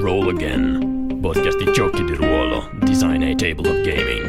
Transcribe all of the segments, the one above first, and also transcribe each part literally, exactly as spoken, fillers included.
Roll Again, podcast di giochi di ruolo, design e tabletop gaming.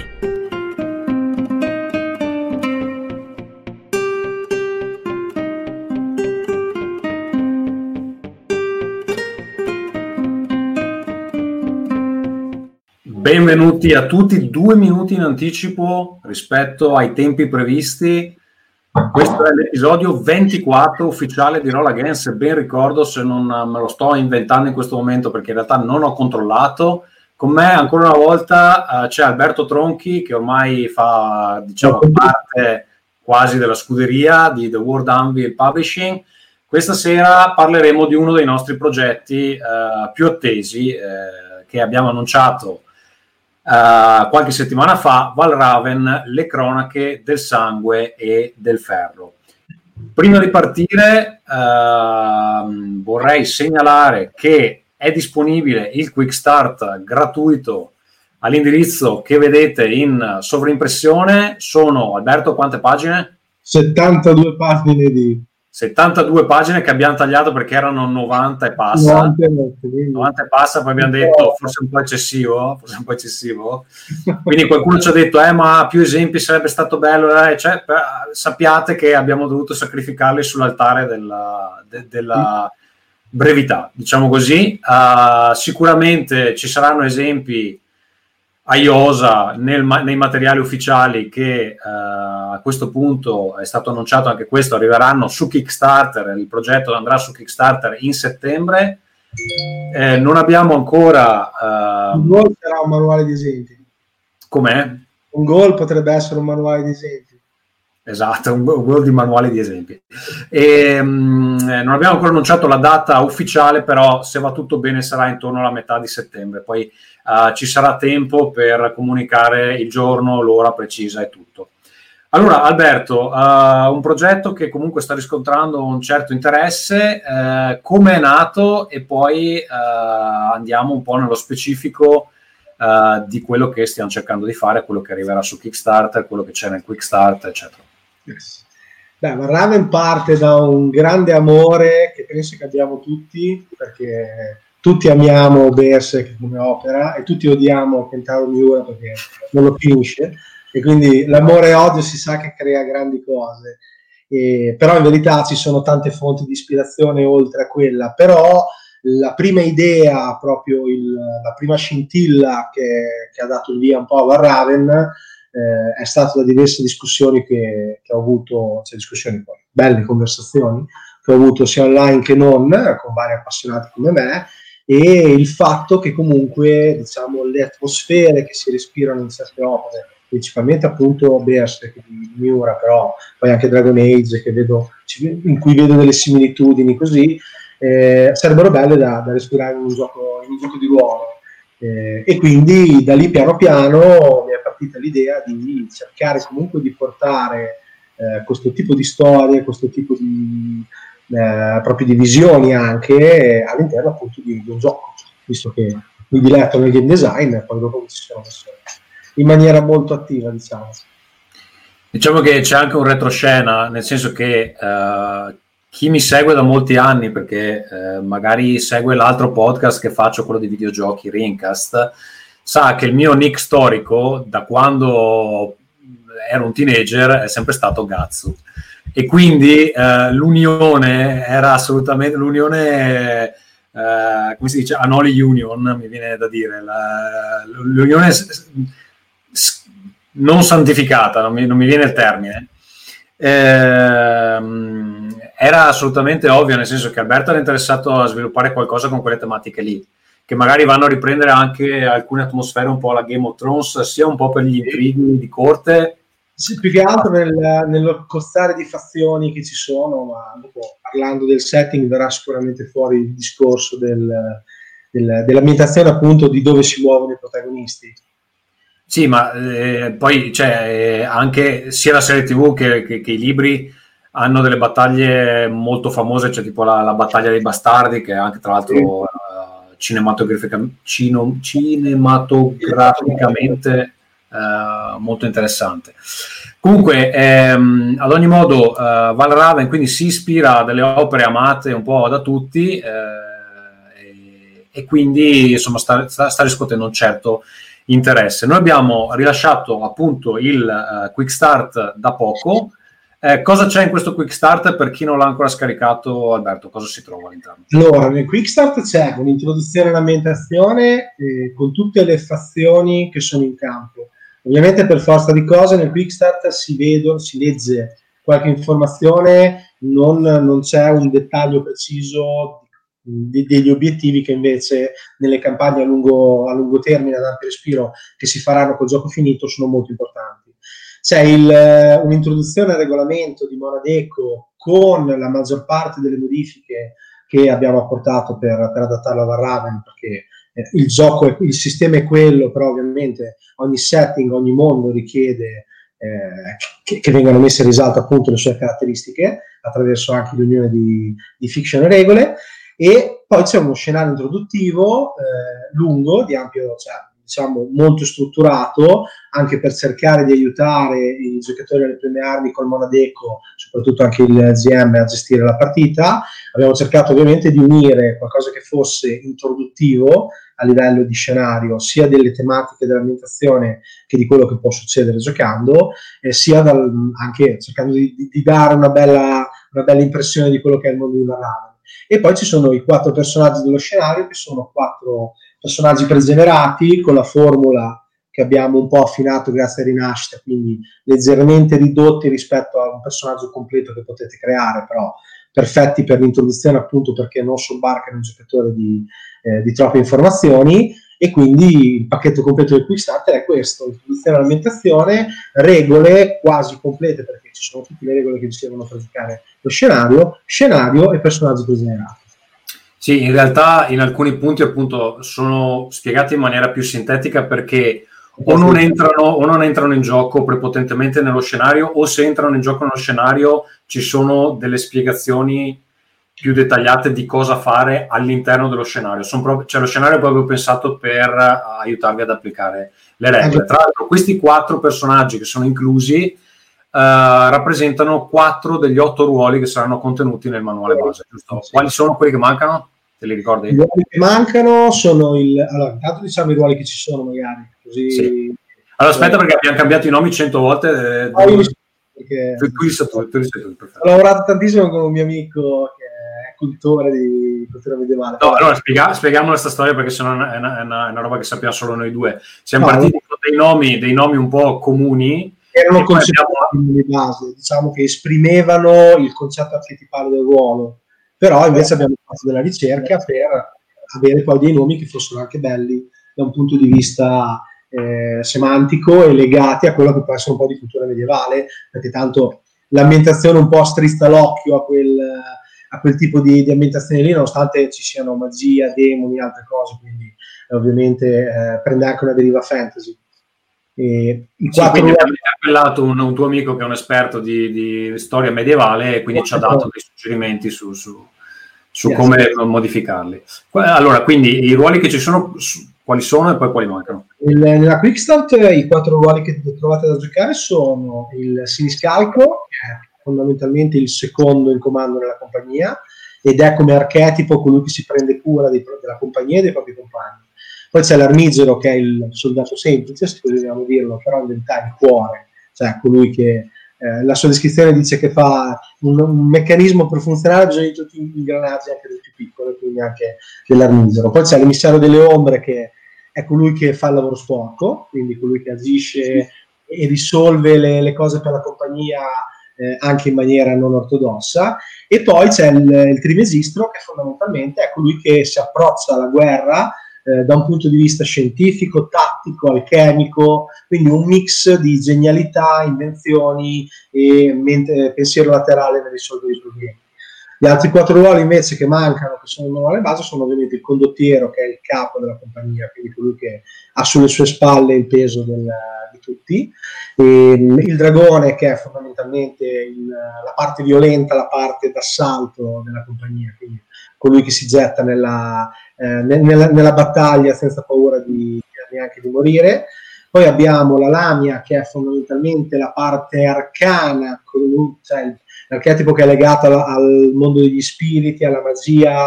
Benvenuti a tutti, due minuti in anticipo rispetto ai tempi previsti. Questo è l'episodio ventiquattro ufficiale di Roll Again, se ben ricordo, se non me lo sto inventando in questo momento perché in realtà non ho controllato. Con me ancora una volta uh, c'è Alberto Tronchi, che ormai fa, diciamo, parte quasi della scuderia di The World Anvil Publishing. Questa sera parleremo di uno dei nostri progetti uh, più attesi eh, che abbiamo annunciato Uh, qualche settimana fa, Valraven, le cronache del sangue e del ferro. Prima di partire uh, vorrei segnalare che è disponibile il Quick Start gratuito all'indirizzo che vedete in sovrimpressione. Sono, Alberto, quante pagine? settantadue pagine di... settantadue pagine che abbiamo tagliato perché erano novanta e passa. novanta e passa, poi abbiamo detto forse un po' eccessivo, forse un po' eccessivo. Quindi qualcuno ci ha detto eh ma più esempi sarebbe stato bello, eh. Cioè, per, sappiate che abbiamo dovuto sacrificarli sull'altare della, de, della brevità, diciamo così. Uh, sicuramente ci saranno esempi a iosa nel, nei materiali ufficiali che uh, a questo punto è stato annunciato, anche questo arriveranno su Kickstarter. Il progetto andrà su Kickstarter in settembre. Eh, non abbiamo ancora uh, un goal sarà un manuale di esempi. Com'è? Un goal potrebbe essere un manuale di esempi. Esatto, un goal di manuali di esempi. E, um, non abbiamo ancora annunciato la data ufficiale, però se va tutto bene sarà intorno alla metà di settembre. Poi Uh, ci sarà tempo per comunicare il giorno, l'ora precisa e tutto. Allora, Alberto, uh, un progetto che comunque sta riscontrando un certo interesse, uh, come è nato, e poi uh, andiamo un po' nello specifico uh, di quello che stiamo cercando di fare, quello che arriverà su Kickstarter, quello che c'è nel Quick Start, eccetera. Yes. Beh, Valraven parte da un grande amore che penso che abbiamo tutti, perché tutti amiamo Berserk come opera e tutti odiamo Kentaro Miura perché non lo finisce, e quindi l'amore e odio si sa che crea grandi cose, e, però in verità ci sono tante fonti di ispirazione oltre a quella. Però la prima idea, proprio il, la prima scintilla che, che ha dato il via un po' a Valraven eh, è stata da diverse discussioni che, che ho avuto, cioè discussioni poi, belle conversazioni che ho avuto sia online che non, con vari appassionati come me, e il fatto che comunque, diciamo, le atmosfere che si respirano in certe opere, principalmente appunto Berserk di Miura, però poi anche Dragon Age, che vedo, in cui vedo delle similitudini così, eh, sarebbero belle da, da respirare in un gioco, in un gioco di ruolo. Eh, e quindi da lì piano piano mi è partita l'idea di cercare comunque di portare eh, questo tipo di storie, questo tipo di Eh, proprio di visioni anche eh, all'interno appunto di, di un gioco, visto che mi diletto nel game design, e poi dopo mi ci sono messo in maniera molto attiva, diciamo. Diciamo che c'è anche un retroscena, nel senso che uh, chi mi segue da molti anni, perché uh, magari segue l'altro podcast che faccio, quello di videogiochi, Rincast, sa che il mio nick storico da quando ero un teenager è sempre stato Gatsu. E quindi eh, l'unione era assolutamente l'unione, eh, come si dice, Anoli Union, mi viene da dire, la, l'unione s- s- non santificata, non mi, non mi viene il termine. Eh, era assolutamente ovvio, nel senso che Alberto era interessato a sviluppare qualcosa con quelle tematiche lì, che magari vanno a riprendere anche alcune atmosfere un po' alla Game of Thrones, sia un po' per gli intrighi di corte. Sì, più che altro nel, nello costare di fazioni che ci sono, ma dopo, parlando del setting, verrà sicuramente fuori il discorso del, del, dell'ambientazione, appunto, di dove si muovono i protagonisti. Sì, ma eh, poi c'è eh, anche sia la serie tivù che, che, che i libri hanno delle battaglie molto famose, c'è tipo la, la battaglia dei bastardi, che è anche tra l'altro uh, cinematografica, cino, cinematograficamente Uh, molto interessante. Comunque ehm, ad ogni modo uh, Valraven quindi si ispira a delle opere amate un po' da tutti, eh, e, e quindi insomma sta, sta, sta riscuotendo un certo interesse. Noi abbiamo rilasciato appunto il uh, Quick Start da poco. Eh, cosa c'è in questo Quick Start per chi non l'ha ancora scaricato, Alberto? Cosa si trova all'interno? Allora, nel Quick Start c'è un'introduzione all'ambientazione eh, con tutte le fazioni che sono in campo. Ovviamente per forza di cose nel Quick Start si vedo, si legge qualche informazione, non, non c'è un dettaglio preciso di, degli obiettivi che invece nelle campagne a lungo, a lungo termine, ad ampio respiro, che si faranno col gioco finito, sono molto importanti. C'è il, un'introduzione al regolamento di Monadeco con la maggior parte delle modifiche che abbiamo apportato per, per adattarlo a Warraven, perché eh, il gioco, è, il sistema è quello, però ovviamente ogni setting, ogni mondo richiede eh, che, che vengano messe in risalto appunto le sue caratteristiche attraverso anche l'unione di, di fiction e regole. E poi c'è uno scenario introduttivo eh, lungo, di ampio, cioè, diciamo molto strutturato, anche per cercare di aiutare i giocatori alle prime armi col Monadeco, soprattutto anche il G M, a gestire la partita. Abbiamo cercato ovviamente di unire qualcosa che fosse introduttivo a livello di scenario, sia delle tematiche dell'ambientazione che di quello che può succedere giocando, eh, sia dal, anche cercando di, di dare una bella, una bella impressione di quello che è il mondo di Warraven. E poi ci sono i quattro personaggi dello scenario, che sono quattro personaggi pregenerati con la formula che abbiamo un po' affinato grazie a Rinascita, quindi leggermente ridotti rispetto a un personaggio completo che potete creare, però perfetti per l'introduzione, appunto perché non sobbarcano il giocatore di, eh, di troppe informazioni. E quindi il pacchetto completo del Quick Starter è questo: introduzione all'ambientazione, regole quasi complete perché ci sono tutte le regole che ci servono per giocare lo scenario, scenario e personaggi pregenerati. Sì, in realtà in alcuni punti appunto sono spiegati in maniera più sintetica, perché o non entrano o non entrano in gioco prepotentemente nello scenario, o se entrano in gioco nello scenario ci sono delle spiegazioni più dettagliate di cosa fare all'interno dello scenario. Sono proprio, cioè lo scenario è proprio pensato per aiutarvi ad applicare le regole. Tra l'altro questi quattro personaggi che sono inclusi Uh, rappresentano quattro degli otto ruoli che saranno contenuti nel manuale base, giusto? Quali sono quelli che mancano? Te li ricordi? I ruoli che mancano sono il... Allora, intanto diciamo i ruoli che ci sono, magari. Così... Sì. Allora, aspetta, perché abbiamo cambiato i nomi cento volte. Eh, oh, io perché... tu, tu, tu, tu, tu, tu, tu, Ho lavorato tantissimo con un mio amico che è cultore di cultura medievale. No, allora spiega, spieghiamo questa storia, perché sennò è una, è, una, è una roba che sappiamo solo noi due. Siamo no, partiti no. con dei nomi, dei nomi un po' comuni. Erano concetti di base, diciamo, che esprimevano il concetto archetipale del ruolo, però invece abbiamo fatto della ricerca per avere poi dei nomi che fossero anche belli da un punto di vista eh, semantico e legati a quello che può essere un po' di cultura medievale, perché tanto l'ambientazione un po' strizza l'occhio a quel, a quel tipo di, di ambientazione lì, nonostante ci siano magia, demoni e altre cose, quindi eh, ovviamente eh, prende anche una deriva fantasy. E i sì, quindi abbiamo appellato un, un tuo amico che è un esperto di, di storia medievale, e quindi oh, ci ha dato dei suggerimenti su, su, su yes, come yes. modificarli. Allora, quindi i ruoli che ci sono, quali sono e poi quali mancano? Il, nella Quick Start i quattro ruoli che trovate da giocare sono il siniscalco, che è fondamentalmente il secondo in comando nella compagnia, ed è come archetipo colui che si prende cura dei, della compagnia e dei propri compagni. Poi c'è l'armigero, che è il soldato semplice, se così vogliamo dirlo, però in realtà è il cuore, cioè colui che eh, la sua descrizione dice che fa un, un meccanismo per funzionare, bisogna di tutti gli ingranaggi, anche del più piccolo, quindi anche dell'armigero. Poi c'è l'emissario delle ombre, che è colui che fa il lavoro sporco, quindi colui che agisce e risolve le, le cose per la compagnia eh, anche in maniera non ortodossa. E poi c'è il, il trimesistro, che fondamentalmente è colui che si approccia alla guerra Eh, da un punto di vista scientifico, tattico, alchemico, quindi un mix di genialità, invenzioni e mente, pensiero laterale nel risolvere i problemi. Gli altri quattro ruoli invece che mancano, che sono il manuale base, sono ovviamente il condottiero, che è il capo della compagnia, quindi colui che ha sulle sue spalle il peso del, di tutti, e il dragone, che è fondamentalmente il, la parte violenta, la parte d'assalto della compagnia, quindi colui che si getta nella, eh, nella, nella battaglia senza paura di, neanche di morire. Poi abbiamo la lamia, che è fondamentalmente la parte arcana, cioè l'archetipo che è legato al, al mondo degli spiriti, alla magia,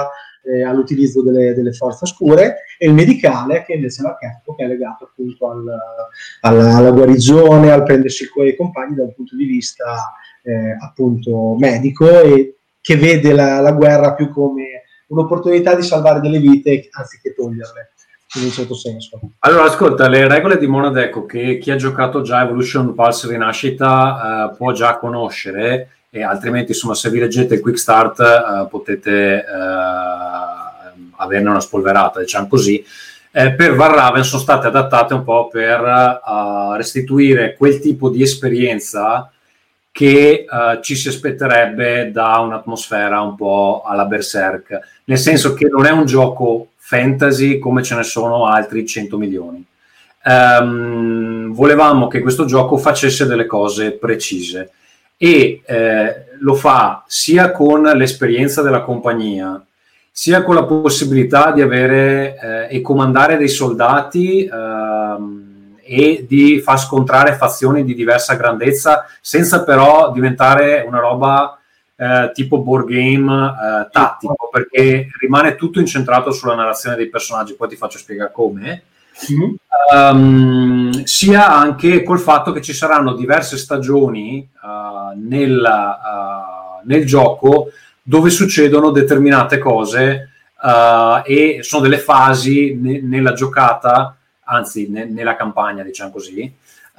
eh, all'utilizzo delle, delle forze oscure, e il medicale, che invece è l'archetipo che è legato appunto al, alla, alla guarigione, al prendersi cura dei compagni dal punto di vista eh, appunto medico, e che vede la, la guerra più come un'opportunità di salvare delle vite anziché toglierle, in un certo senso. Allora, ascolta, le regole di Monadecco, che chi ha giocato già Evolution Pulse Rinascita eh, può già conoscere, e altrimenti, insomma, se vi leggete il Quick Start eh, potete eh, averne una spolverata, diciamo così. Eh, per Varraven sono state adattate un po' per uh, restituire quel tipo di esperienza che uh, ci si aspetterebbe da un'atmosfera un po' alla Berserk, nel senso che non è un gioco fantasy come ce ne sono altri cento milioni. Um, volevamo che questo gioco facesse delle cose precise, e eh, lo fa sia con l'esperienza della compagnia, sia con la possibilità di avere eh, e comandare dei soldati ehm, e di far scontrare fazioni di diversa grandezza, senza però diventare una roba eh, tipo board game eh, tattico, perché rimane tutto incentrato sulla narrazione dei personaggi. Poi ti faccio spiegare come. Mm-hmm. Um, sia anche col fatto che ci saranno diverse stagioni uh, nel, uh, nel gioco dove succedono determinate cose uh, e sono delle fasi ne- nella giocata, anzi ne- nella campagna, diciamo così,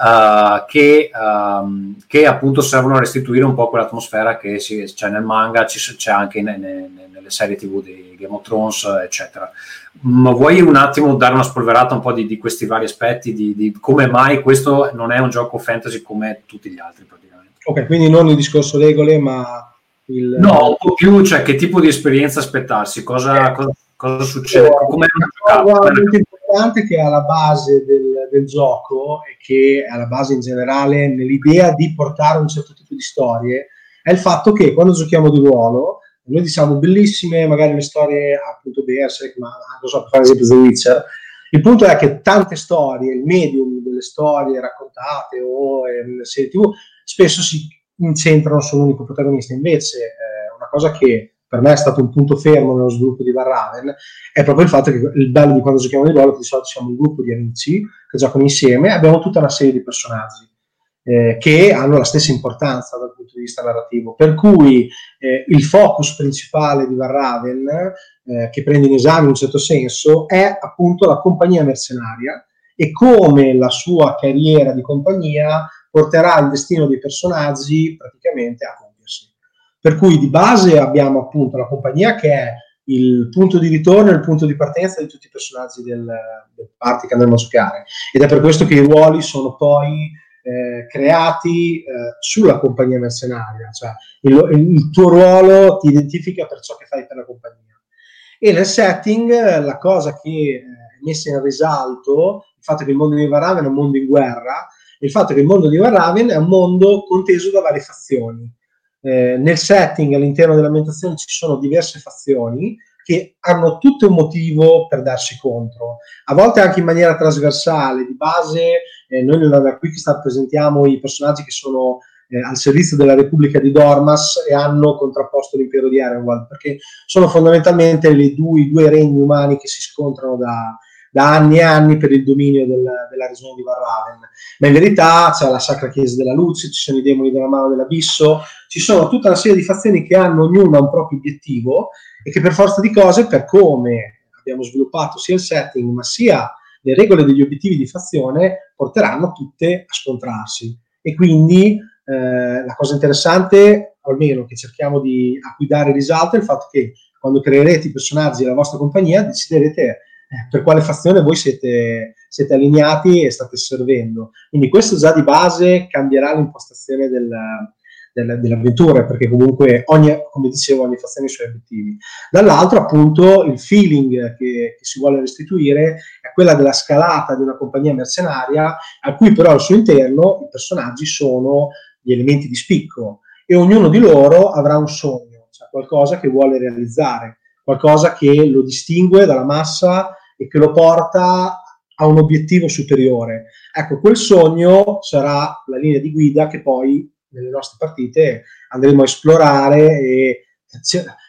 uh, che, um, che appunto servono a restituire un po' quell'atmosfera che si, c'è nel manga, ci, c'è anche ne- ne- nelle serie tivù di Game of Thrones, eccetera. Ma vuoi un attimo dare una spolverata un po' di, di questi vari aspetti, di, di come mai questo non è un gioco fantasy come tutti gli altri praticamente? Ok, quindi non il discorso regole, ma il... No, un po' più, cioè che tipo di esperienza aspettarsi, cosa, cosa, cosa succede, come è una cosa molto importante che è alla base del, del gioco, e che è alla base in generale nell'idea di portare un certo tipo di storie, è il fatto che quando giochiamo di ruolo, noi diciamo bellissime magari le storie appunto Berserk, ma non so, per fare esempio The Witcher, il punto è che tante storie, il medium delle storie raccontate o nelle serie tivù spesso si incentrano su un unico protagonista. Invece eh, una cosa che per me è stato un punto fermo nello sviluppo di Varraven è proprio il fatto che il bello di quando giochiamo di ruolo è che di solito siamo un gruppo di amici che giocano insieme, abbiamo tutta una serie di personaggi eh, che hanno la stessa importanza dal punto di vista narrativo, per cui eh, il focus principale di Varraven, eh, che prende in esame in un certo senso, è appunto la compagnia mercenaria e come la sua carriera di compagnia porterà il destino dei personaggi praticamente a compiersi. Per cui di base abbiamo appunto la compagnia che è il punto di ritorno e il punto di partenza di tutti i personaggi del, del party che andremo a giocare, ed è per questo che i ruoli sono poi eh, creati eh, sulla compagnia mercenaria, cioè il, il tuo ruolo ti identifica per ciò che fai per la compagnia. E nel setting la cosa che è messa in risalto, il fatto che il mondo di Varraven è un mondo in guerra, il fatto che il mondo di Varraven è un mondo conteso da varie fazioni. Eh, nel setting, all'interno dell'ambientazione, ci sono diverse fazioni che hanno tutto un motivo per darsi contro, a volte anche in maniera trasversale. Di base eh, noi nella Quick Start presentiamo i personaggi che sono eh, al servizio della Repubblica di Dormas e hanno contrapposto l'impero di Erenwald, perché sono fondamentalmente le due, i due regni umani che si scontrano da da anni e anni per il dominio del, della regione di Varraven. Ma in verità c'è la Sacra Chiesa della Luce, ci sono i demoni della mano dell'abisso, ci sono tutta una serie di fazioni che hanno ognuna un proprio obiettivo e che per forza di cose, per come abbiamo sviluppato sia il setting ma sia le regole degli obiettivi di fazione, porteranno tutte a scontrarsi. E quindi eh, la cosa interessante, almeno che cerchiamo di a cui dare risalto, è il fatto che quando creerete i personaggi della vostra compagnia deciderete per quale fazione voi siete, siete allineati e state servendo. Quindi questo già di base cambierà l'impostazione del, del, dell'avventura, perché comunque ogni, come dicevo, ogni fazione ha i suoi obiettivi. Dall'altro appunto il feeling che, che si vuole restituire è quella della scalata di una compagnia mercenaria, a cui però al suo interno i personaggi sono gli elementi di spicco e ognuno di loro avrà un sogno, cioè qualcosa che vuole realizzare, qualcosa che lo distingue dalla massa e che lo porta a un obiettivo superiore. Ecco, quel sogno sarà la linea di guida che poi nelle nostre partite andremo a esplorare e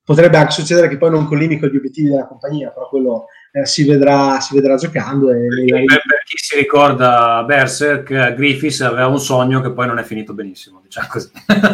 potrebbe anche succedere che poi non collimi con gli obiettivi della compagnia, però quello eh, si vedrà si vedrà giocando. E per, per chi si ricorda Berserk, Griffiths aveva un sogno che poi non è finito benissimo, diciamo così.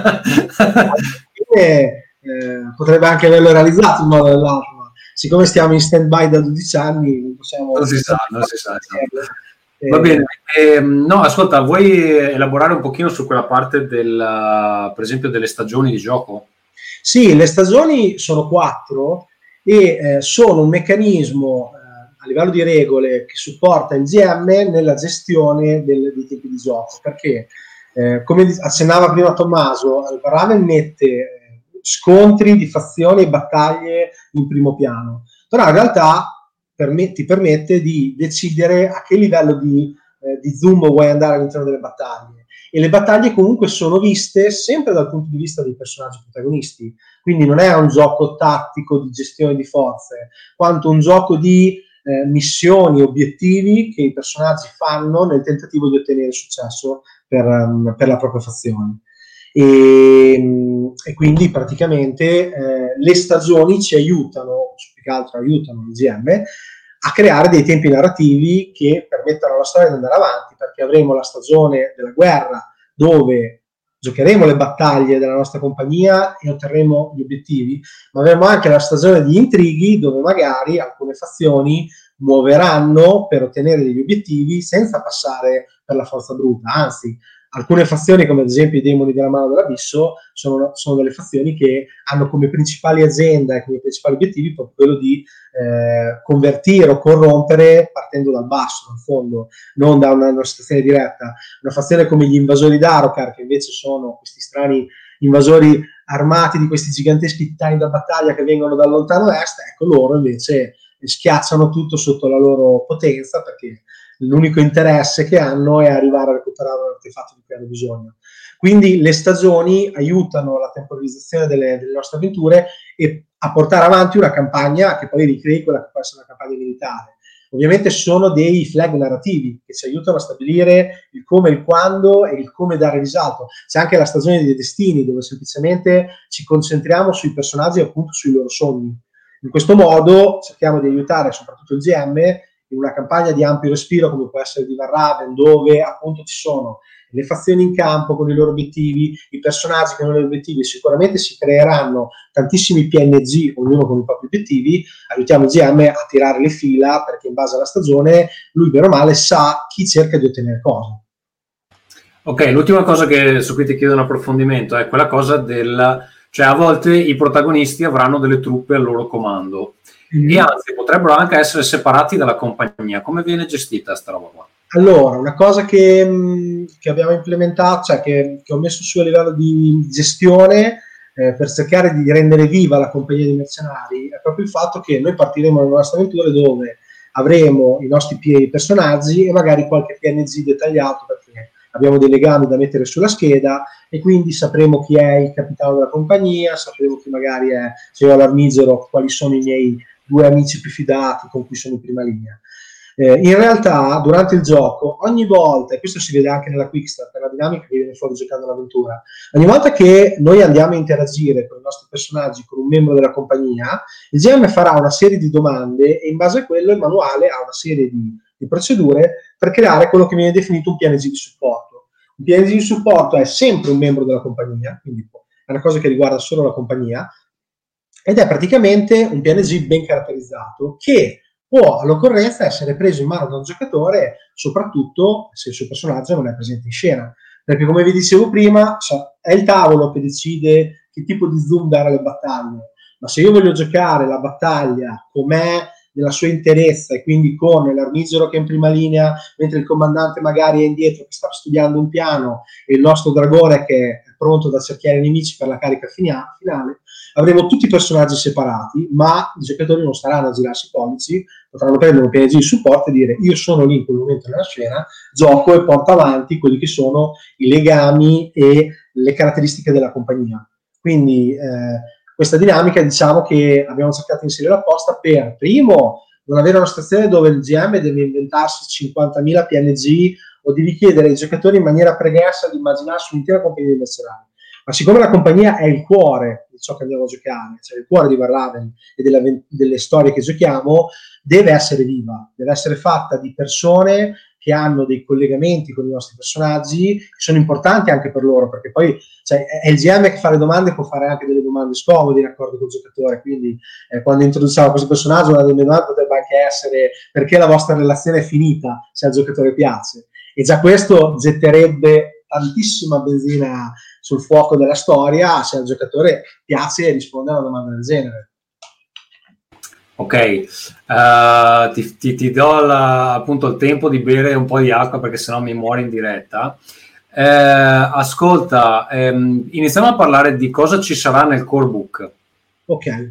e, eh, potrebbe anche averlo realizzato in modo o nell'altro, ma siccome stiamo in stand by da dodici anni non possiamo non si sa, non si sa, eh, va bene. Eh, no, ascolta, vuoi elaborare un pochino su quella parte del, per esempio, delle stagioni di gioco? Sì, le stagioni sono quattro e eh, sono un meccanismo eh, a livello di regole che supporta il G M nella gestione del, dei tempi di gioco, perché eh, come accennava prima Tommaso, Raven mette eh, scontri di fazioni e battaglie in primo piano, però in realtà permet- ti permette di decidere a che livello di, eh, di zoom vuoi andare all'interno delle battaglie. E le battaglie comunque sono viste sempre dal punto di vista dei personaggi protagonisti, quindi non è un gioco tattico di gestione di forze, quanto un gioco di eh, missioni, obiettivi che i personaggi fanno nel tentativo di ottenere successo per, um, per la propria fazione. E, e quindi praticamente eh, le stagioni ci aiutano, più che altro aiutano il G M a creare dei tempi narrativi che permettano alla storia di andare avanti, perché avremo la stagione della guerra dove giocheremo le battaglie della nostra compagnia e otterremo gli obiettivi, ma avremo anche la stagione di intrighi dove magari alcune fazioni muoveranno per ottenere degli obiettivi senza passare per la forza bruta, anzi alcune fazioni, come ad esempio i demoni della mano dell'abisso, sono, sono delle fazioni che hanno come principali agenda e come principali obiettivi proprio quello di eh, convertire o corrompere partendo dal basso, dal fondo, non da una, una situazione diretta. Una fazione come gli invasori d'Arokar, che invece sono questi strani invasori armati di questi giganteschi titani da battaglia che vengono dal lontano est, ecco, loro invece schiacciano tutto sotto la loro potenza, perché l'unico interesse che hanno è arrivare a recuperare un artefatto di cui hanno bisogno. Quindi le stagioni aiutano la temporizzazione delle, delle nostre avventure e a portare avanti una campagna che poi ricrei quella che può essere una campagna militare. Ovviamente sono dei flag narrativi che ci aiutano a stabilire il come, il quando e il come dare risalto. C'è anche la stagione dei destini, dove semplicemente ci concentriamo sui personaggi e appunto sui loro sogni. In questo modo cerchiamo di aiutare soprattutto il G M in una campagna di ampio respiro come può essere di Raven, dove appunto ci sono le fazioni in campo con i loro obiettivi, i personaggi con i loro obiettivi, sicuramente si creeranno tantissimi P N G, ognuno con i propri obiettivi. Aiutiamo il G M a tirare le fila, perché in base alla stagione lui bene o male sa chi cerca di ottenere cosa. Ok, l'ultima cosa che, su cui ti chiedo un approfondimento è quella cosa del, cioè a volte i protagonisti avranno delle truppe al loro comando. Mm-hmm. E anzi potrebbero anche essere separati dalla compagnia. Come viene gestita sta roba qua? Allora, una cosa che, che abbiamo implementato, cioè che, che ho messo su a livello di gestione eh, per cercare di rendere viva la compagnia di mercenari è proprio il fatto che noi partiremo nelle nostre avventure dove avremo i nostri personaggi e magari qualche P N G dettagliato, perché abbiamo dei legami da mettere sulla scheda e quindi sapremo chi è il capitano della compagnia, sapremo chi magari è, se io all'armigero, quali sono i miei due amici più fidati con cui sono in prima linea. Eh, in realtà durante il gioco ogni volta, e questo si vede anche nella quickstart, per la dinamica che viene fuori giocando l'avventura, ogni volta che noi andiamo a interagire con i nostri personaggi, con un membro della compagnia, il G M farà una serie di domande e in base a quello il manuale ha una serie di, di procedure per creare quello che viene definito un P N G di supporto. Un P N G di supporto è sempre un membro della compagnia, quindi è una cosa che riguarda solo la compagnia, ed è praticamente un P N G ben caratterizzato che può all'occorrenza essere preso in mano da un giocatore, soprattutto se il suo personaggio non è presente in scena, perché come vi dicevo prima è il tavolo che decide che tipo di zoom dare alle battaglie, ma se io voglio giocare la battaglia com'è nella sua interezza e quindi con l'armigero che è in prima linea mentre il comandante magari è indietro che sta studiando un piano e il nostro dragone che è pronto ad accerchiare i nemici per la carica finale, avremo tutti i personaggi separati, ma i giocatori non staranno a girarsi i pollici, potranno prendere un P N G di supporto e dire io sono lì in quel momento nella scena, gioco e porto avanti quelli che sono i legami e le caratteristiche della compagnia. Quindi eh, questa dinamica, diciamo che abbiamo cercato di inserire apposta per, primo, non avere una situazione dove il G M deve inventarsi cinquantamila P N G o devi chiedere ai giocatori in maniera pregressa di immaginarsi un'intera compagnia di mercenari. Ma siccome la compagnia è il cuore di ciò che andiamo a giocare, cioè il cuore di Warraven e delle, delle storie che giochiamo, deve essere viva, deve essere fatta di persone che hanno dei collegamenti con i nostri personaggi, che sono importanti anche per loro, perché poi cioè, è il G M che fa le domande, può fare anche delle domande scomode in accordo col giocatore, quindi eh, quando introduciamo questo personaggio una delle mie domande potrebbe anche essere perché la vostra relazione è finita se al giocatore piace, e già questo getterebbe tantissima benzina sul fuoco della storia se al giocatore piace e risponde a una domanda del genere. Ok, uh, ti, ti, ti do la, appunto il tempo di bere un po' di acqua perché sennò mi muore in diretta. Eh, ascolta, ehm, iniziamo a parlare di cosa ci sarà nel core book. Ok,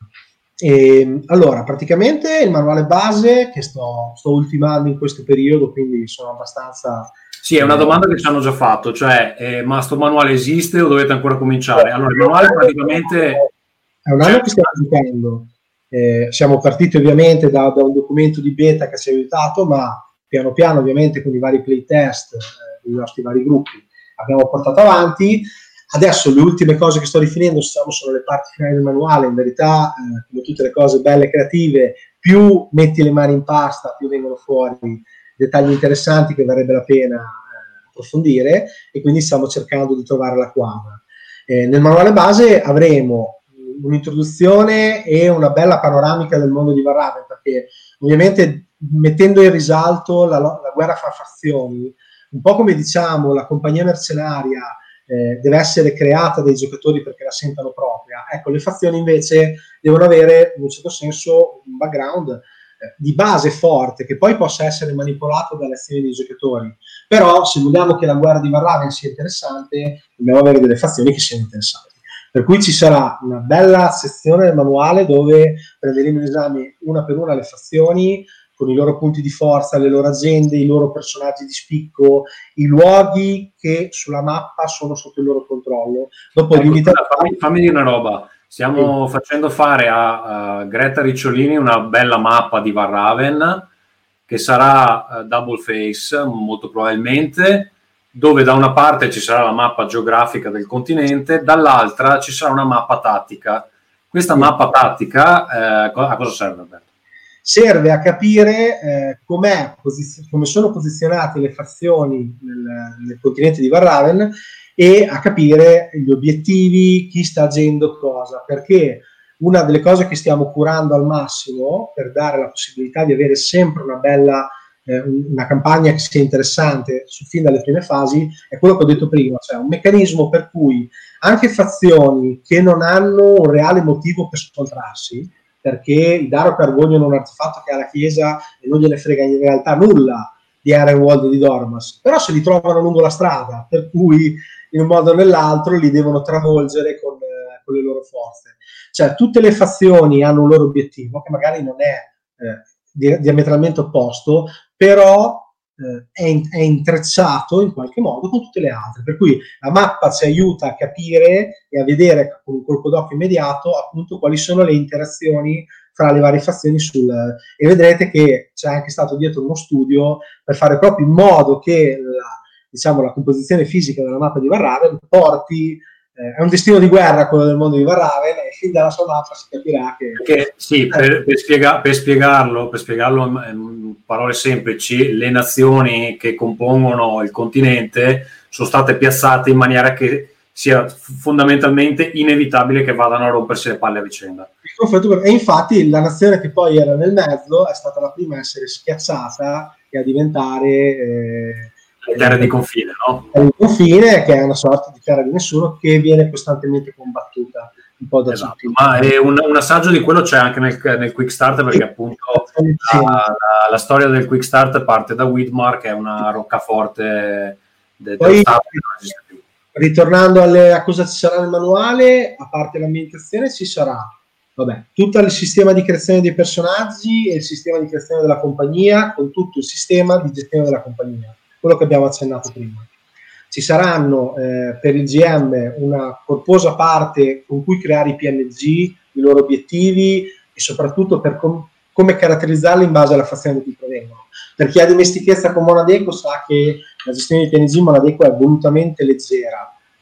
e, allora praticamente il manuale base che sto, sto ultimando in questo periodo, quindi sono abbastanza... Sì, è una domanda che ci hanno già fatto, cioè eh, ma sto manuale esiste o dovete ancora cominciare? Allora il manuale praticamente... È un anno che stiamo giocando. Eh, siamo partiti ovviamente da, da un documento di beta che ci ha aiutato, ma piano piano ovviamente con i vari playtest eh, dei nostri vari gruppi abbiamo portato avanti. Adesso le ultime cose che sto rifinendo diciamo, sono le parti finali del manuale. In verità eh, come tutte le cose belle e creative, più metti le mani in pasta più vengono fuori dettagli interessanti che varrebbe la pena eh, approfondire, e quindi stiamo cercando di trovare la quadra. Eh, nel manuale base avremo un'introduzione e una bella panoramica del mondo di Warraven, perché ovviamente mettendo in risalto la, la guerra fra fazioni, un po' come diciamo la compagnia mercenaria eh, deve essere creata dai giocatori perché la sentano propria, ecco le fazioni invece devono avere in un certo senso un background eh, di base forte che poi possa essere manipolato dalle azioni dei giocatori, però se vogliamo che la guerra di Warraven sia interessante dobbiamo avere delle fazioni che siano interessanti. Per cui ci sarà una bella sezione del manuale dove prenderemo in esame una per una le fazioni, con i loro punti di forza, le loro agende, i loro personaggi di spicco, i luoghi che sulla mappa sono sotto il loro controllo. Dopo ecco, fammi, fammi dire una roba, stiamo sì. facendo fare a, a Greta Ricciolini una bella mappa di Warraven, che sarà uh, double face, molto probabilmente, dove da una parte ci sarà la mappa geografica del continente, dall'altra ci sarà una mappa tattica. Questa sì. mappa tattica eh, a cosa serve, Alberto? Serve a capire eh, com'è, posizio- come sono posizionate le fazioni nel, nel continente di Warraven e a capire gli obiettivi, chi sta agendo cosa, perché una delle cose che stiamo curando al massimo per dare la possibilità di avere sempre una bella Eh, una campagna che sia interessante su, fin dalle prime fasi è quello che ho detto prima, cioè un meccanismo per cui anche fazioni che non hanno un reale motivo per scontrarsi, perché i Darokar vogliono un artefatto che ha la chiesa e non gliene frega in realtà nulla di Erenwald e di Dormas, però se li trovano lungo la strada, per cui in un modo o nell'altro li devono travolgere con, eh, con le loro forze. Cioè tutte le fazioni hanno un loro obiettivo che magari non è eh, diametralmente opposto, però eh, è, in, è intrecciato in qualche modo con tutte le altre, per cui la mappa ci aiuta a capire e a vedere con un colpo d'occhio immediato appunto quali sono le interazioni fra le varie fazioni sul, e vedrete che c'è anche stato dietro uno studio per fare proprio in modo che la, diciamo, la composizione fisica della mappa di Warraven porti Eh, è un destino di guerra quello del mondo di Warraven e fin dalla sua mappa si capirà che, che sì, per, per, spiega, per spiegarlo per spiegarlo in parole semplici, le nazioni che compongono il continente sono state piazzate in maniera che sia fondamentalmente inevitabile che vadano a rompersi le palle a vicenda. E infatti la nazione che poi era nel mezzo è stata la prima a essere schiacciata e a diventare eh, terra di confine, no? Terra di confine, che è una sorta di terra di nessuno che viene costantemente combattuta un po' da esatto, tutti. Ma è un, un assaggio di quello c'è anche nel, nel Quick Start, perché appunto la, la, la storia del Quick Start parte da Widmar, che è una roccaforte de, poi, dello Stato che non esiste più. Ritornando alle, a cosa ci sarà nel manuale, a parte l'ambientazione ci sarà vabbè, tutto il sistema di creazione dei personaggi e il sistema di creazione della compagnia, con tutto il sistema di gestione della compagnia, quello che abbiamo accennato prima. Ci saranno eh, per il G M una corposa parte con cui creare i P N G, i loro obiettivi e soprattutto per com- come caratterizzarli in base alla fazione da cui provengono. Per chi ha dimestichezza con Monadeco sa che la gestione dei P N G in Monadeco è volutamente leggera,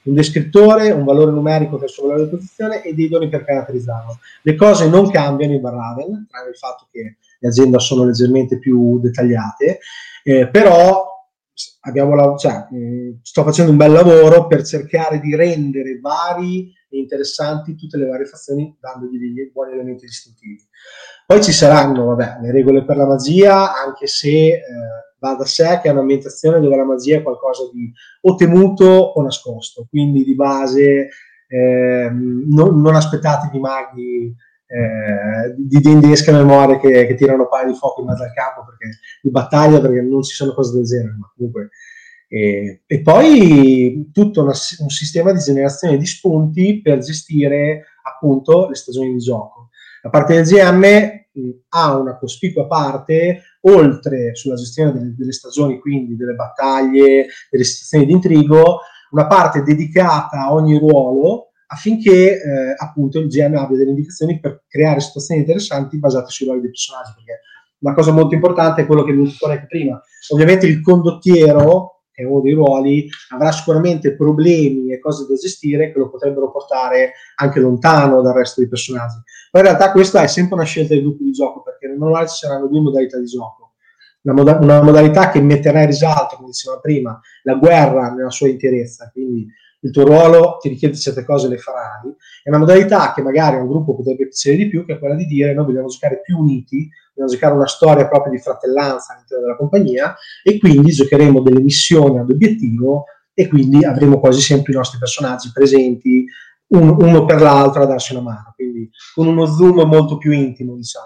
un descrittore, un valore numerico che è il suo valore di posizione e dei doni per caratterizzarlo. Le cose non cambiano in Warraven, tranne il fatto che le aziende sono leggermente più dettagliate, eh, però abbiamo, cioè, mh, sto facendo un bel lavoro per cercare di rendere vari e interessanti tutte le varie fazioni, dandogli dei buoni elementi distintivi. Poi ci saranno, vabbè, le regole per la magia, anche se eh, va da sé che è un'ambientazione dove la magia è qualcosa di o temuto o nascosto, quindi di base eh, non, non aspettatevi maghi eh, di D and D memoria che, che tirano paio di fuoco in mezzo al campo perché, di battaglia, perché non ci sono cose del genere, ma comunque e, e poi tutto una, un sistema di generazione di spunti per gestire appunto le stagioni di gioco. La parte del G M mh, ha una cospicua parte, oltre sulla gestione delle, delle stagioni, quindi delle battaglie, delle situazioni di intrigo, una parte dedicata a ogni ruolo affinché eh, appunto il G M abbia delle indicazioni per creare situazioni interessanti basate sui ruoli dei personaggi, perché una cosa molto importante è quello che vi ho detto prima. Ovviamente il condottiero, che è uno dei ruoli, avrà sicuramente problemi e cose da gestire che lo potrebbero portare anche lontano dal resto dei personaggi. Ma in realtà questa è sempre una scelta del gruppo di gioco, perché nel manuale ci saranno due modalità di gioco. Una, moda- una modalità che metterà in risalto, come diceva prima, la guerra nella sua interezza, quindi il tuo ruolo ti richiede certe cose, le farai, e una modalità che magari a un gruppo potrebbe piacere di più, che è quella di dire noi vogliamo giocare più uniti, vogliamo giocare una storia proprio di fratellanza all'interno della compagnia, e quindi giocheremo delle missioni ad obiettivo e quindi avremo quasi sempre i nostri personaggi presenti un, uno per l'altro a darsi una mano, quindi con uno zoom molto più intimo, diciamo.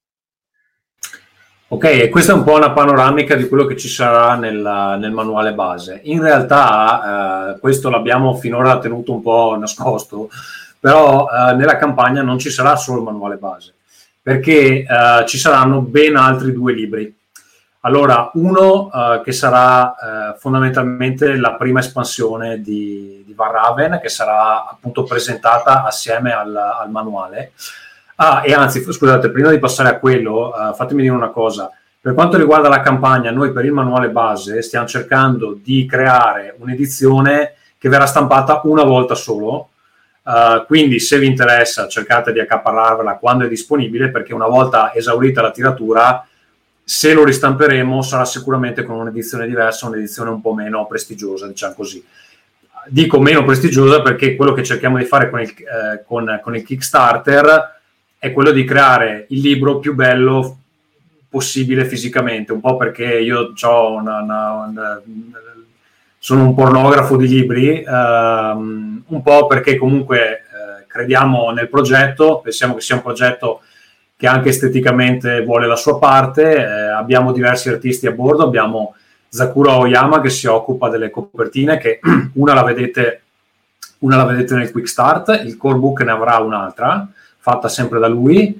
Ok, e questa è un po' una panoramica di quello che ci sarà nel, nel manuale base. In realtà eh, questo l'abbiamo finora tenuto un po' nascosto, però eh, nella campagna non ci sarà solo il manuale base, perché eh, ci saranno ben altri due libri. Allora, uno eh, che sarà eh, fondamentalmente la prima espansione di, di Warraven, che sarà appunto presentata assieme al, al manuale. Ah, e anzi, scusate, prima di passare a quello, uh, fatemi dire una cosa. Per quanto riguarda la campagna, noi per il manuale base stiamo cercando di creare un'edizione che verrà stampata una volta solo, uh, quindi se vi interessa cercate di accaparrarvela quando è disponibile, perché una volta esaurita la tiratura, se lo ristamperemo sarà sicuramente con un'edizione diversa, un'edizione un po' meno prestigiosa, diciamo così. Dico meno prestigiosa perché quello che cerchiamo di fare con il, eh, con, con il Kickstarter è quello di creare il libro più bello possibile fisicamente, un po' perché io c'ho una, una, una, sono un pornografo di libri, um, un po' perché comunque eh, crediamo nel progetto, pensiamo che sia un progetto che anche esteticamente vuole la sua parte, eh, abbiamo diversi artisti a bordo, abbiamo Sakura Oyama che si occupa delle copertine, che una la vedete, una la vedete nel Quick Start, il core book ne avrà un'altra, fatta sempre da lui.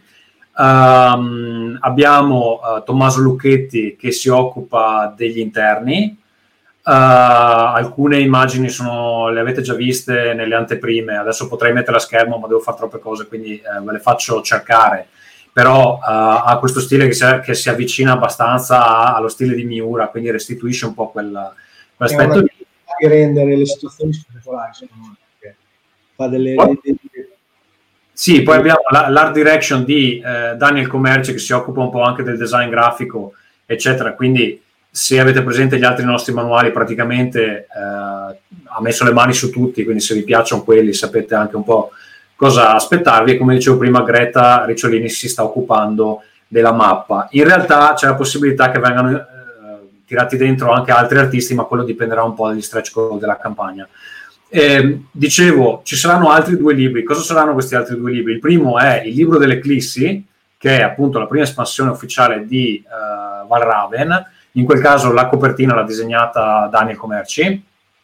Um, abbiamo uh, Tommaso Lucchetti che si occupa degli interni. Uh, alcune immagini sono, le avete già viste nelle anteprime, adesso potrei mettere a schermo ma devo fare troppe cose, quindi uh, ve le faccio cercare, però uh, ha questo stile che si, che si avvicina abbastanza a, allo stile di Miura, quindi restituisce un po' quel, quell'aspetto di rendere le situazioni spettacolari, secondo me. Fa delle, delle, delle Sì, poi abbiamo la, l'art direction di eh, Daniel Comerci che si occupa un po' anche del design grafico, eccetera. Quindi se avete presente gli altri nostri manuali, praticamente eh, ha messo le mani su tutti, quindi se vi piacciono quelli sapete anche un po' cosa aspettarvi. E come dicevo prima, Greta Ricciolini si sta occupando della mappa. In realtà c'è la possibilità che vengano eh, tirati dentro anche altri artisti, ma quello dipenderà un po' dagli stretch goal della campagna. Eh, dicevo, ci saranno altri due libri. Cosa saranno questi altri due libri? Il primo è il libro dell'Eclissi, che è appunto la prima espansione ufficiale di uh, Warraven. In quel caso la copertina l'ha disegnata Daniel Comerci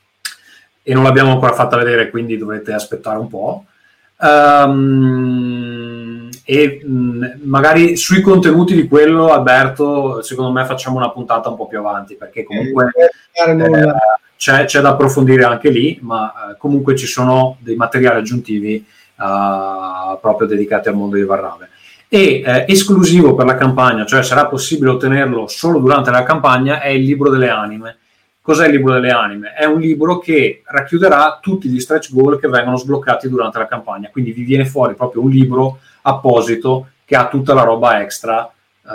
e non l'abbiamo ancora fatta vedere, quindi dovete aspettare un po'. Um, e mh, magari sui contenuti di quello, Alberto, secondo me facciamo una puntata un po' più avanti, perché comunque eh, C'è, c'è da approfondire anche lì, ma eh, comunque ci sono dei materiali aggiuntivi uh, proprio dedicati al mondo di Warraven. E eh, esclusivo per la campagna, cioè sarà possibile ottenerlo solo durante la campagna, è il libro delle anime, Cos'è il libro delle anime? È un libro che racchiuderà tutti gli stretch goal che vengono sbloccati durante la campagna, quindi vi viene fuori proprio un libro apposito che ha tutta la roba extra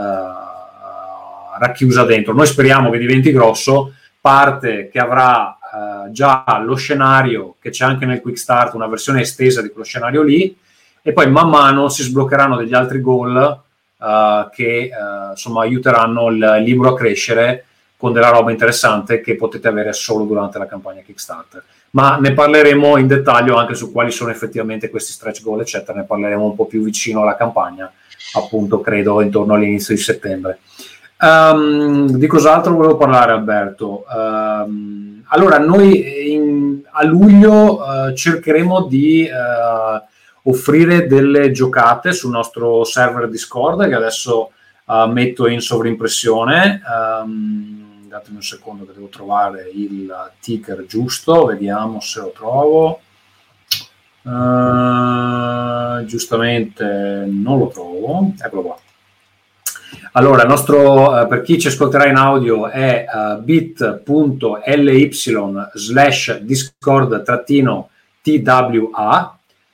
uh, racchiusa dentro. Noi speriamo che diventi grosso, parte che avrà uh, già lo scenario, che c'è anche nel Quick Start, una versione estesa di quello scenario lì, e poi man mano si sbloccheranno degli altri goal uh, che uh, insomma aiuteranno il libro a crescere con della roba interessante che potete avere solo durante la campagna Kickstarter. Ma ne parleremo in dettaglio anche su quali sono effettivamente questi stretch goal, eccetera. Ne parleremo un po' più vicino alla campagna, appunto, credo intorno all'inizio di settembre. Um, di cos'altro volevo parlare, Alberto? Um, allora, noi in, a luglio uh, cercheremo di uh, offrire delle giocate sul nostro server Discord, che adesso uh, metto in sovrimpressione. Um, datemi un secondo che devo trovare il ticker giusto, vediamo se lo trovo. Uh, giustamente non lo trovo, eccolo qua. Allora, il nostro, uh, per chi ci ascolterà in audio, è uh, bit.ly slash discord trattino twa.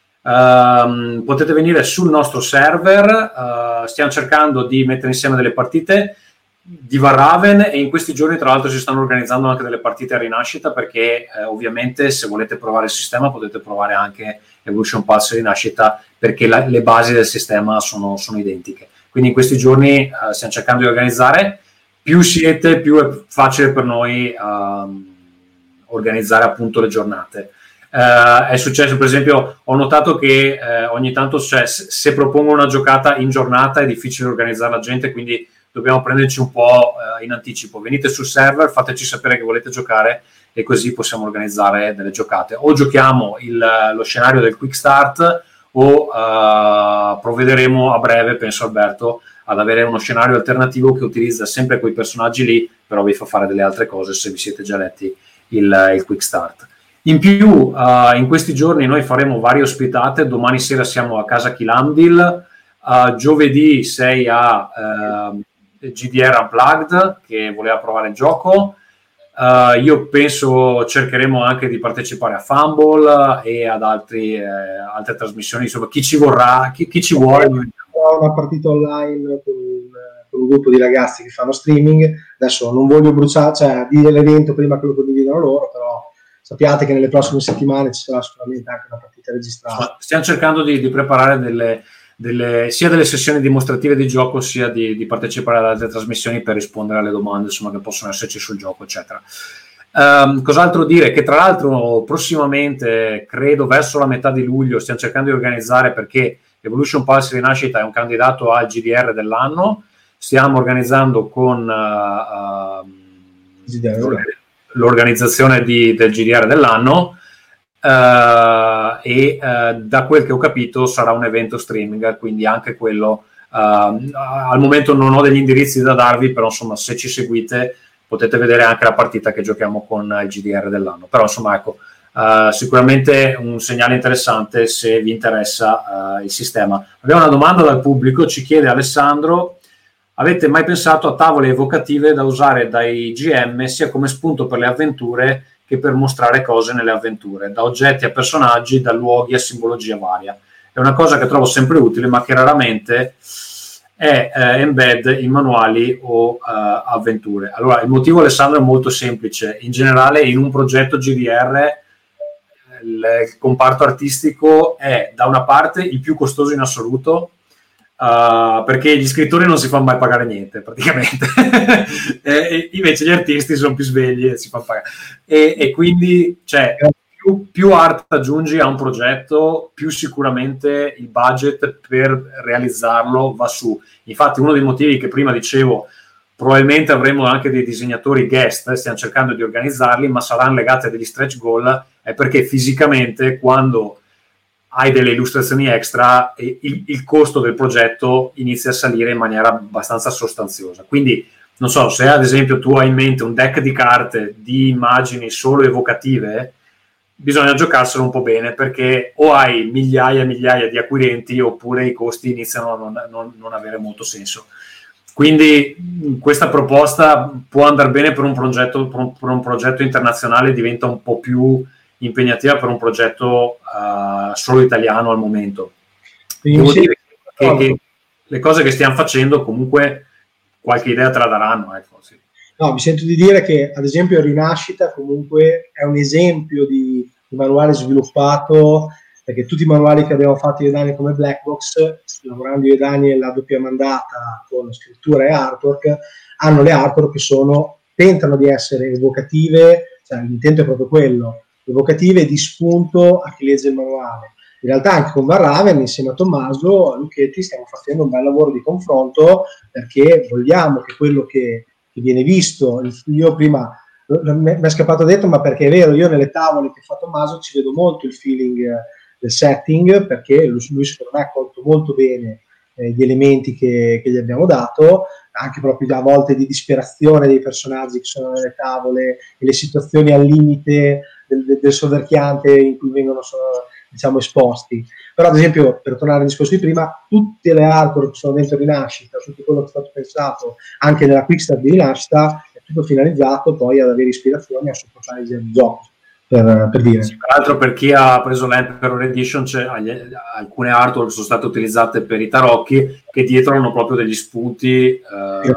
Uh, potete venire sul nostro server, uh, stiamo cercando di mettere insieme delle partite di Warraven e in questi giorni tra l'altro si stanno organizzando anche delle partite a rinascita, perché eh, ovviamente se volete provare il sistema potete provare anche Evolution Pulse rinascita, perché la, le basi del sistema sono, sono identiche. Quindi in questi giorni eh, stiamo cercando di organizzare, più siete più è facile per noi eh, organizzare appunto le giornate. Uh, è successo, per esempio, ho notato che eh, ogni tanto, cioè, se propongo una giocata in giornata è difficile organizzare la gente, quindi dobbiamo prenderci un po' uh, in anticipo. Venite sul server, fateci sapere che volete giocare e così possiamo organizzare delle giocate. O giochiamo il, lo scenario del Quick Start o uh, provvederemo a breve, penso Alberto, ad avere uno scenario alternativo che utilizza sempre quei personaggi lì, però vi fa fare delle altre cose se vi siete già letti il, il Quick Start. In più, uh, in questi giorni noi faremo varie ospitate. Domani sera siamo a casa Chilamdil, uh, giovedì sei a uh, G D R Unplugged, che voleva provare il gioco. Uh, io penso cercheremo anche di partecipare a Fumble e ad altri, eh, altre trasmissioni. Insomma, chi ci vorrà, chi, chi ci vuole. Ho una partita online con un, con un gruppo di ragazzi che fanno streaming. Adesso non voglio bruciare, cioè dire l'evento prima che lo condividano loro, però sappiate che nelle prossime settimane ci sarà sicuramente anche una partita registrata. Stiamo cercando di, di preparare delle, delle, sia delle sessioni dimostrative di gioco, sia di, di partecipare ad altre trasmissioni per rispondere alle domande, insomma, che possono esserci sul gioco, eccetera. Um, cos'altro dire? Che tra l'altro prossimamente, credo verso la metà di luglio, stiamo cercando di organizzare, perché Evolution Pulse Rinascita è un candidato al G D R dell'anno. Stiamo organizzando con uh, uh, G D R, l'organizzazione di, del G D R dell'anno uh, e uh, da quel che ho capito sarà un evento streaming, quindi anche quello uh, al momento non ho degli indirizzi da darvi, però insomma se ci seguite potete vedere anche la partita che giochiamo con il G D R dell'anno. Però insomma ecco, uh, sicuramente un segnale interessante se vi interessa uh, il sistema. Abbiamo una domanda dal pubblico, ci chiede Alessandro: avete mai pensato a tavole evocative da usare dai G M sia come spunto per le avventure che per mostrare cose nelle avventure, da oggetti a personaggi, da luoghi a simbologia varia? È una cosa che trovo sempre utile, ma che raramente è eh, embed in manuali o eh, avventure. Allora, il motivo, Alessandro, è molto semplice. In generale, in un progetto G D R, il comparto artistico è da una parte il più costoso in assoluto, Uh, perché gli scrittori non si fanno mai pagare niente praticamente e, invece gli artisti sono più svegli e si fanno pagare, e, e quindi cioè, più, più art aggiungi a un progetto, più sicuramente il budget per realizzarlo va su. Infatti uno dei motivi che prima dicevo, probabilmente avremo anche dei disegnatori guest, stiamo cercando di organizzarli, ma saranno legati a degli stretch goal, è perché fisicamente quando hai delle illustrazioni extra e il, il costo del progetto inizia a salire in maniera abbastanza sostanziosa. Quindi, non so, se ad esempio tu hai in mente un deck di carte di immagini solo evocative, bisogna giocarselo un po' bene, perché o hai migliaia e migliaia di acquirenti oppure i costi iniziano a non, non, non avere molto senso. quindi questa proposta può andare bene per un progetto, per un, per un progetto internazionale, diventa un po' più impegnativa per un progetto uh, solo italiano al momento. Devo dire che, che le cose che stiamo facendo comunque qualche idea te la daranno, ecco, sì. No, mi sento di dire che ad esempio Rinascita comunque è un esempio di, di manuale sviluppato, perché tutti i manuali che abbiamo fatto io e Daniel come Blackbox, lavorando io e Daniel la doppia mandata con scrittura e artwork, hanno le artwork che sono, tentano di essere evocative, cioè l'intento è proprio quello, evocative di spunto a chi legge il manuale. In realtà anche con Van Raven, insieme a Tommaso, a Lucchetti, stiamo facendo un bel lavoro di confronto, perché vogliamo che quello che, che viene visto, io prima mi è scappato detto, ma perché è vero, io nelle tavole che fa Tommaso ci vedo molto il feeling del setting, perché lui, lui secondo me ha colto molto bene eh, gli elementi che, che gli abbiamo dato, anche proprio a volte di disperazione dei personaggi che sono nelle tavole e le situazioni al limite del, del, del soverchiante in cui vengono sono, diciamo esposti. Però ad esempio, per tornare al discorso di prima, tutte le artwork che sono dentro Rinascita, tutto quello che è stato pensato anche nella quickstart di Rinascita, è tutto finalizzato poi ad avere ispirazioni a supportare il gioco. Per, per dire. Sì, tra l'altro, per chi ha preso l'Emperor Edition, c'è alcune artwork sono state utilizzate per i tarocchi che dietro hanno proprio degli spunti eh,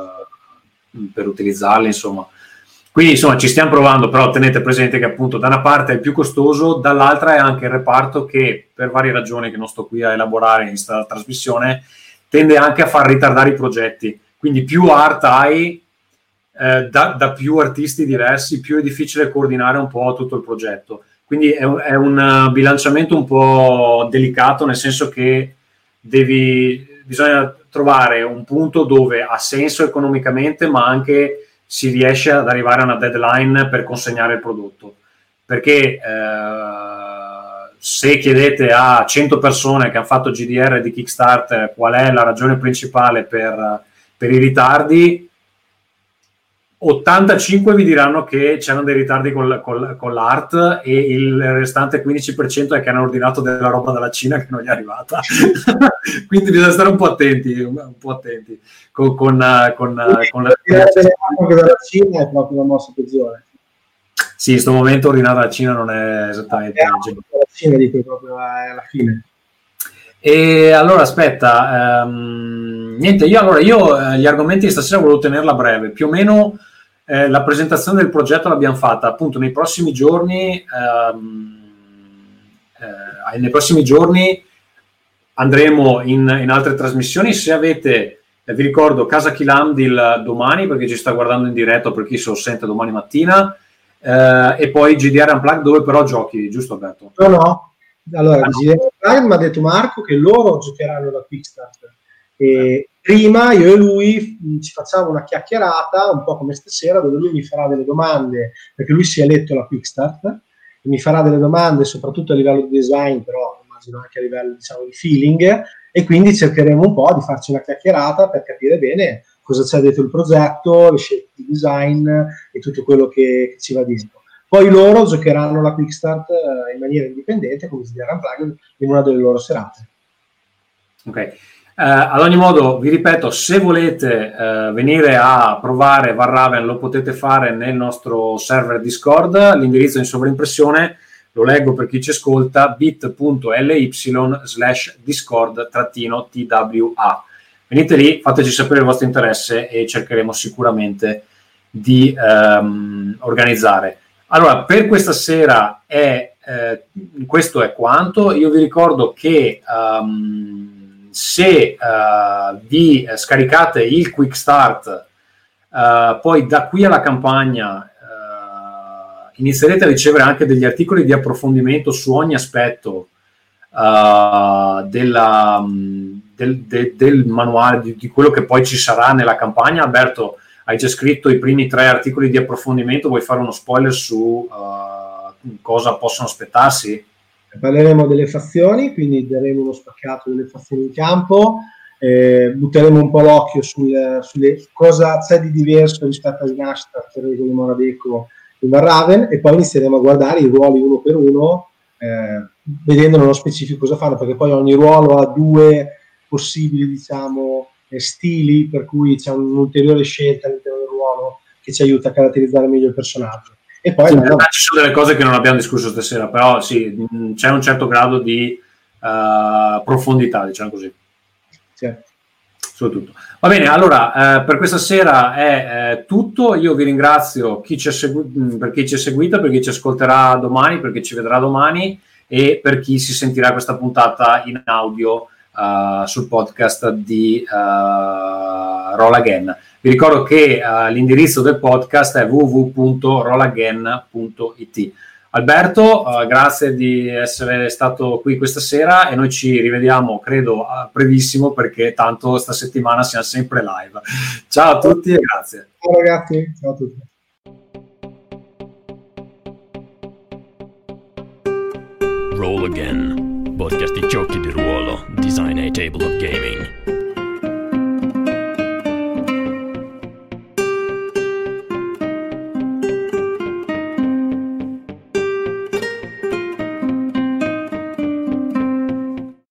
sì. per utilizzarli, insomma. Quindi insomma ci stiamo provando, però tenete presente che appunto da una parte è il più costoso, dall'altra è anche il reparto che per varie ragioni che non sto qui a elaborare in questa trasmissione tende anche a far ritardare i progetti. Quindi più art hai Eh, da, da più artisti diversi, più è difficile coordinare un po' tutto il progetto. Quindi è, è un bilanciamento un po' delicato, nel senso che devi, bisogna trovare un punto dove ha senso economicamente, ma anche si riesce ad arrivare a una deadline per consegnare il prodotto. Perché eh, se chiedete a cento persone che hanno fatto G D R di Kickstarter qual è la ragione principale per, per i ritardi, ottantacinque vi diranno che c'erano dei ritardi col, col, con l'art, e il restante quindici per cento è che hanno ordinato della roba dalla Cina che non gli è arrivata. Quindi bisogna stare un po' attenti, un po' attenti con, con, con, con la... dalla Cina è proprio la mossa peggiore. Sì, in questo momento ordinare dalla Cina non è esattamente la Cina, dico proprio alla fine. E allora aspetta, ehm, niente, io allora io eh, gli argomenti di stasera volevo tenerla breve, più o meno eh, la presentazione del progetto l'abbiamo fatta appunto nei prossimi giorni, ehm, eh, nei prossimi giorni andremo in, in altre trasmissioni. Se avete, eh, vi ricordo Casa Chilamdil domani, perché ci sta guardando in diretto per chi se lo sente domani mattina, eh, e poi G D R Unplugged, dove però giochi, giusto Alberto? No, no. Allora, ah, no. mi ha detto Marco che loro giocheranno la Quickstart. E prima io e lui ci facciamo una chiacchierata, un po' come stasera, dove lui mi farà delle domande, perché lui si è letto la Quickstart, e mi farà delle domande soprattutto a livello di design, però immagino anche a livello, diciamo, di feeling, e quindi cercheremo un po' di farci una chiacchierata per capire bene cosa c'è dentro il progetto, le scelte di design e tutto quello che, che ci va dietro. Poi loro giocheranno la Quickstart uh, in maniera indipendente, come si dirà Unplugged, in una delle loro serate. Ok. Uh, ad ogni modo, vi ripeto, se volete uh, venire a provare Van Raven, lo potete fare nel nostro server Discord. L'indirizzo in sovraimpressione lo leggo per chi ci ascolta: bit.ly slash discord trattino twa. Venite lì, fateci sapere il vostro interesse e cercheremo sicuramente di um, organizzare. Allora, per questa sera è, eh, questo è quanto. Io vi ricordo che um, se uh, vi scaricate il Quick Start, uh, poi da qui alla campagna uh, inizierete a ricevere anche degli articoli di approfondimento su ogni aspetto uh, della, del, de, del manuale, di, di quello che poi ci sarà nella campagna. Alberto, hai già scritto i primi tre articoli di approfondimento, vuoi fare uno spoiler su uh, cosa possono aspettarsi? Parleremo delle fazioni, quindi daremo uno spaccato delle fazioni in campo, eh, butteremo un po' l'occhio sul, sulle cosa c'è di diverso rispetto a Rinascita, per regole Moradeco e Van Raven, e poi inizieremo a guardare i ruoli uno per uno, eh, vedendo nello specifico cosa fanno, perché poi ogni ruolo ha due possibili, diciamo, eh, stili, per cui c'è un'ulteriore scelta all'interno del ruolo che ci aiuta a caratterizzare meglio il personaggio. E poi sì, no, no. ci sono delle cose che non abbiamo discusso stasera, però sì, mh, c'è un certo grado di uh, profondità, diciamo così. Certo. Soprattutto. Va bene, allora eh, per questa sera è eh, tutto. Io vi ringrazio chi ci ha segu- per chi ci ha seguito, per chi ci ascolterà domani, per chi ci vedrà domani e per chi si sentirà questa puntata in audio uh, sul podcast di uh, Roll Again. Vi ricordo che uh, l'indirizzo del podcast è w w w punto roll again punto i t. Alberto, uh, grazie di essere stato qui questa sera e noi ci rivediamo, credo, uh, brevissimo, perché tanto sta settimana siamo sempre live. Ciao a tutti e grazie. Ciao ragazzi, ciao a tutti. Roll Again, podcast di giochi di ruolo, Design a Table of